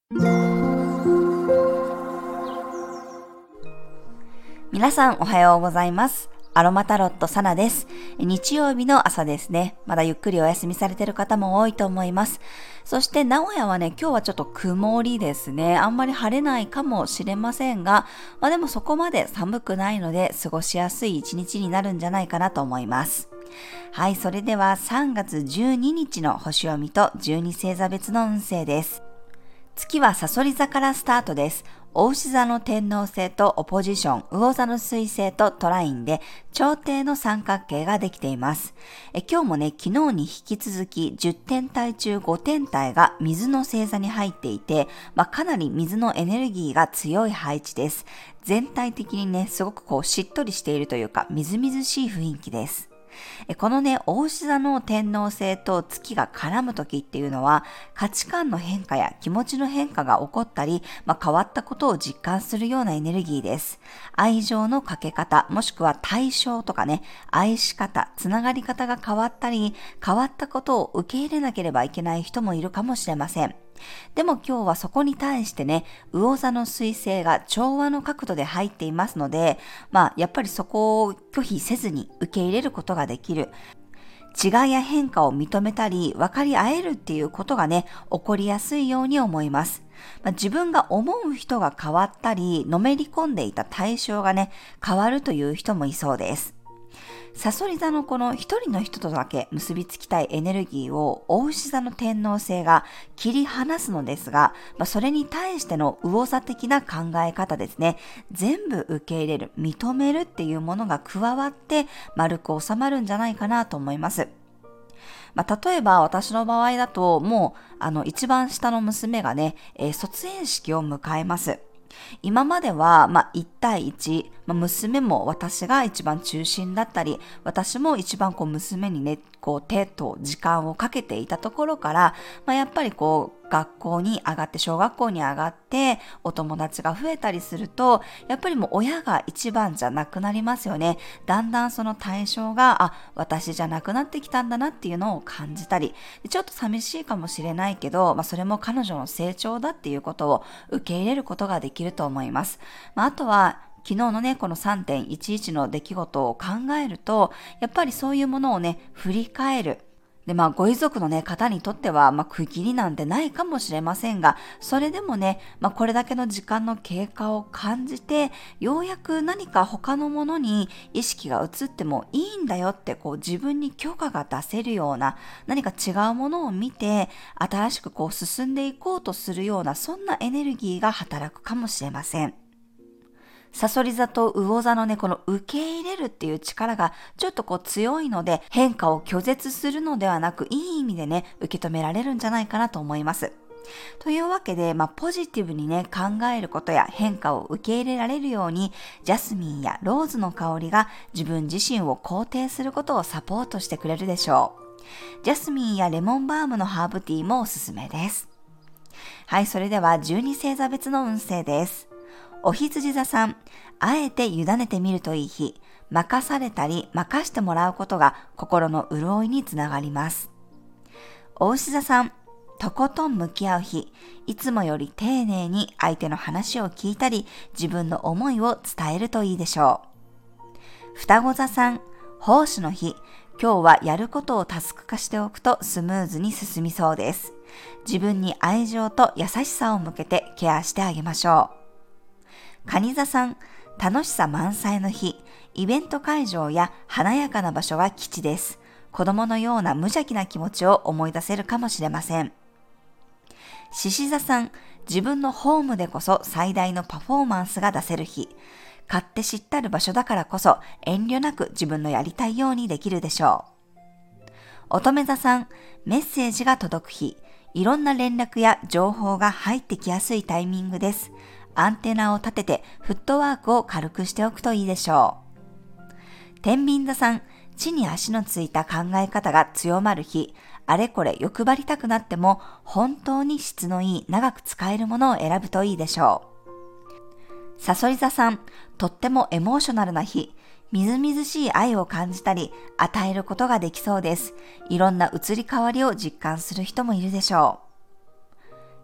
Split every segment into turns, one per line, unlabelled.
皆さんおはようございます。アロマタロットサナです。日曜日の朝ですね。まだゆっくりお休みされている方も多いと思います。そして名古屋はね、今日はちょっと曇りですね。あんまり晴れないかもしれませんが、でもそこまで寒くないので過ごしやすい一日になるんじゃないかなと思います。はい、それでは3月12日の星読みと12星座別の運勢です。月は蠍座からスタートです。牡牛座の天王星とオポジション、魚座の水星とトラインで頂点の三角形ができています。今日もね、昨日に引き続き10天体中5天体が水の星座に入っていて、かなり水のエネルギーが強い配置です。全体的にね、すごくしっとりしているというか、みずみずしい雰囲気です。このね、牡牛座の天王星と月が絡む時っていうのは、価値観の変化や気持ちの変化が起こったり、変わったことを実感するようなエネルギーです。愛情のかけ方、もしくは対象とかね、愛し方、つながり方が変わったり、変わったことを受け入れなければいけない人もいるかもしれません。でも今日はそこに対してね、魚座の水星が調和の角度で入っていますので、やっぱりそこを拒否せずに受け入れることができる。違いや変化を認めたり、分かり合えるっていうことがね、起こりやすいように思います。自分が思う人が変わったり、のめり込んでいた対象がね、変わるという人もいそうです。蠍座のこの一人の人とだけ結びつきたいエネルギーを牡牛座の天王星が切り離すのですが、それに対しての魚座的な考え方ですね。全部受け入れる、認めるっていうものが加わって丸く収まるんじゃないかなと思います。例えば私の場合だともう一番下の娘がね、卒園式を迎えます。今までは、1対1、娘も私が一番中心だったり、私も一番娘にね、手と時間をかけていたところから、やっぱり学校に上がって、小学校に上がって、お友達が増えたりすると、やっぱりもう親が一番じゃなくなりますよね。だんだんその対象が、私じゃなくなってきたんだなっていうのを感じたり、ちょっと寂しいかもしれないけど、それも彼女の成長だっていうことを受け入れることができると思います。あとは、昨日のね、この 3.11 の出来事を考えると、やっぱりそういうものをね、振り返る。で、ご遺族のね、方にとっては、区切りなんてないかもしれませんが、それでもね、これだけの時間の経過を感じて、ようやく何か他のものに意識が移ってもいいんだよって、自分に許可が出せるような、何か違うものを見て、新しく進んでいこうとするような、そんなエネルギーが働くかもしれません。蠍座と魚座のね、この受け入れるっていう力がちょっと強いので、変化を拒絶するのではなく、いい意味でね、受け止められるんじゃないかなと思います。というわけで、ポジティブにね、考えることや変化を受け入れられるように、ジャスミンやローズの香りが自分自身を肯定することをサポートしてくれるでしょう。ジャスミンやレモンバームのハーブティーもおすすめです。はい、それでは12星座別の運勢です。お羊座さん、あえて委ねてみるといい日、任されたり任してもらうことが心の潤いにつながります。お牛座さん、とことん向き合う日、いつもより丁寧に相手の話を聞いたり、自分の思いを伝えるといいでしょう。双子座さん、奉仕の日、今日はやることをタスク化しておくとスムーズに進みそうです。自分に愛情と優しさを向けてケアしてあげましょう。蟹座さん、楽しさ満載の日、イベント会場や華やかな場所は基地です。子供のような無邪気な気持ちを思い出せるかもしれません。獅子座さん、自分のホームでこそ最大のパフォーマンスが出せる日、勝手知ったる場所だからこそ遠慮なく自分のやりたいようにできるでしょう。乙女座さん、メッセージが届く日、いろんな連絡や情報が入ってきやすいタイミングです。アンテナを立ててフットワークを軽くしておくといいでしょう。天秤座さん、地に足のついた考え方が強まる日、あれこれ欲張りたくなっても本当に質のいい長く使えるものを選ぶといいでしょう。蠍座さん、とってもエモーショナルな日、みずみずしい愛を感じたり与えることができそうです。いろんな移り変わりを実感する人もいるでしょう。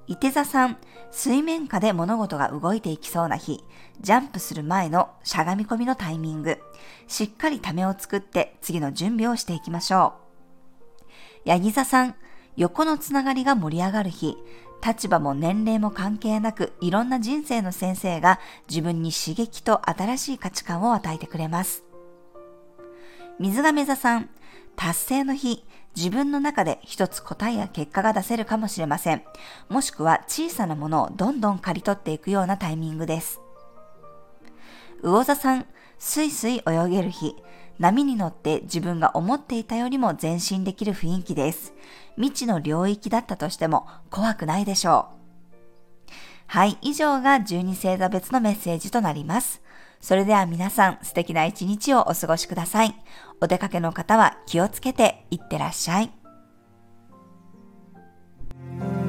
いて座さん、水面下で物事が動いていきそうな日、ジャンプする前のしゃがみ込みのタイミング、しっかりためを作って次の準備をしていきましょう。ヤギ座さん、横のつながりが盛り上がる日、立場も年齢も関係なくいろんな人生の先生が自分に刺激と新しい価値観を与えてくれます。水亀座さん、達成の日、自分の中で一つ答えや結果が出せるかもしれません。もしくは小さなものをどんどん刈り取っていくようなタイミングです。魚座さん、すいすい泳げる日、波に乗って自分が思っていたよりも前進できる雰囲気です。未知の領域だったとしても怖くないでしょう。はい、以上が12星座別のメッセージとなります。それでは皆さん、素敵な一日をお過ごしください。お出かけの方は気をつけていってらっしゃい。